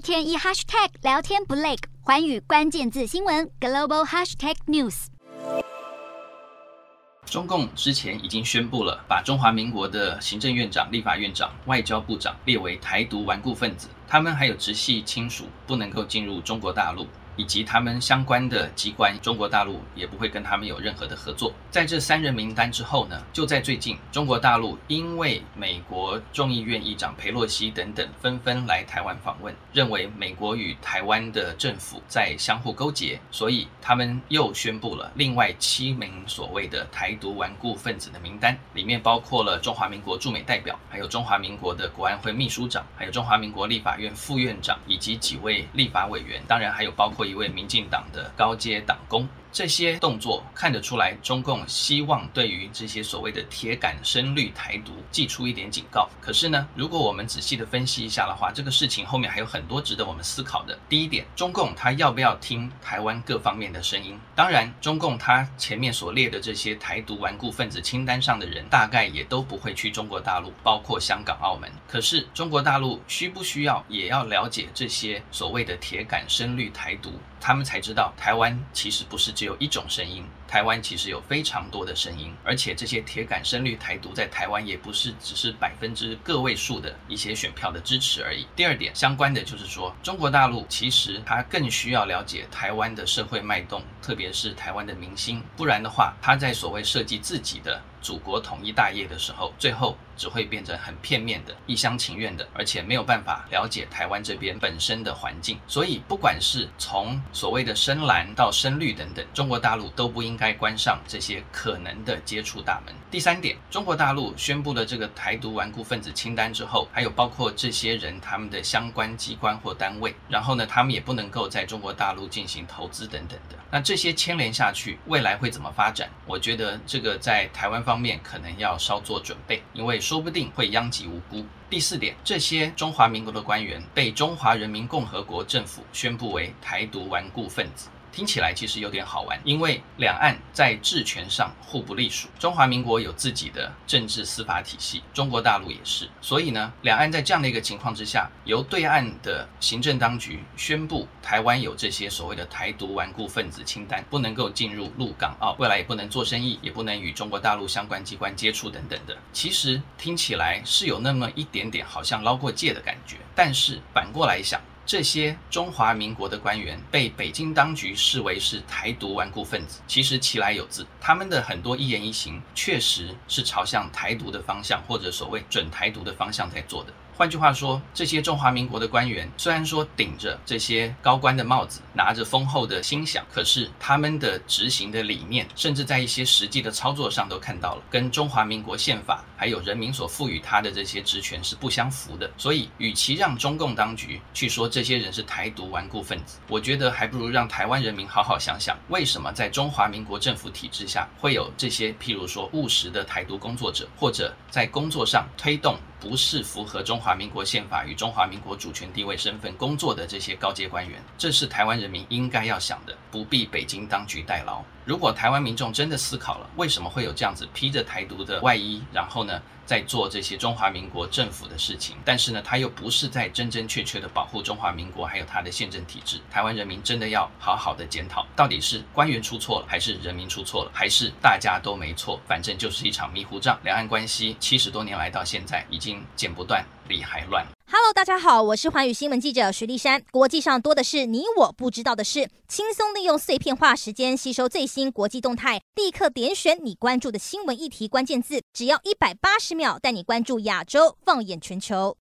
天一 hashtag 聊天不累，寰宇关键字新闻 global hashtag news。 中共之前已经宣布了，把中华民国的行政院长、立法院长、外交部长列为台独顽固分子，他们还有直系亲属不能够进入中国大陆，以及他们相关的机关，中国大陆也不会跟他们有任何的合作。在这3人名单之后呢，就在最近，中国大陆因为美国众议院议长裴洛西等等纷纷来台湾访问，认为美国与台湾的政府在相互勾结，所以他们又宣布了另外7名所谓的台独顽固分子的名单，里面包括了中华民国驻美代表，还有中华民国的国安会秘书长，还有中华民国立法院副院长，以及几位立法委员，当然还有包括一位民进党的高阶党工。这些动作看得出来，中共希望对于这些所谓的铁杆深绿台独寄出一点警告。可是呢，如果我们仔细的分析一下的话，这个事情后面还有很多值得我们思考的。第一点，中共他要不要听台湾各方面的声音？当然，中共他前面所列的这些台独顽固分子清单上的人，大概也都不会去中国大陆，包括香港、澳门。可是中国大陆需不需要也要了解这些所谓的铁杆深绿台独？他们才知道台湾其实不是只有一种声音，台湾其实有非常多的声音，而且这些铁杆深绿台独在台湾也不是只是个位数的一些选票的支持而已。第二点，相关的就是说，中国大陆其实它更需要了解台湾的社会脉动，特别是台湾的民心，不然的话，它在所谓设计自己的祖国统一大业的时候，最后只会变成很片面的、一厢情愿的，而且没有办法了解台湾这边本身的环境。所以不管是从所谓的深蓝到深绿等等，中国大陆都不应该关上这些可能的接触大门。第三点，中国大陆宣布了这个台独顽固分子清单之后，还有包括这些人他们的相关机关或单位，然后呢，他们也不能够在中国大陆进行投资等等的。那这些牵连下去，未来会怎么发展？我觉得这个在台湾方面可能要稍作准备，因为说不定会殃及无辜。第四点，这些中华民国的官员被中华人民共和国政府宣布为台独顽固分子。听起来其实有点好玩，因为两岸在治权上互不隶属，中华民国有自己的政治司法体系，中国大陆也是，所以呢，两岸在这样的一个情况之下，由对岸的行政当局宣布台湾有这些所谓的台独顽固分子清单，不能够进入陆港澳，未来也不能做生意，也不能与中国大陆相关机关接触等等的。其实听起来是有那么一点点好像捞过界的感觉，但是反过来想，这些中华民国的官员被北京当局视为是台独顽固分子，其实其来有自，他们的很多一言一行确实是朝向台独的方向，或者所谓准台独的方向在做的。换句话说，这些中华民国的官员虽然说顶着这些高官的帽子，拿着丰厚的薪饷，可是他们的执行的理念，甚至在一些实际的操作上都看到了，跟中华民国宪法还有人民所赋予他的这些职权是不相符的。所以与其让中共当局去说这些人是台独顽固分子，我觉得还不如让台湾人民好好想想，为什么在中华民国政府体制下会有这些譬如说务实的台独工作者，或者在工作上推动不是符合中华民国宪法与中华民国主权地位身份工作的这些高阶官员，这是台湾人民应该要想的，不必北京当局代劳。如果台湾民众真的思考了，为什么会有这样子披着台独的外衣，然后呢在做这些中华民国政府的事情，但是呢他又不是在真真确确的保护中华民国还有他的宪政体制，台湾人民真的要好好的检讨，到底是官员出错了，还是人民出错了，还是大家都没错，反正就是一场迷糊仗。两岸关系70多年来到现在已经剪不断，理还乱。 Hello， 大家好，我是寰宇新闻记者徐丽珊。国际上多的是你我不知道的事，轻松利用碎片化时间吸收最新国际动态，立刻点选你关注的新闻议题关键字，只要180秒带你关注亚洲，放眼全球。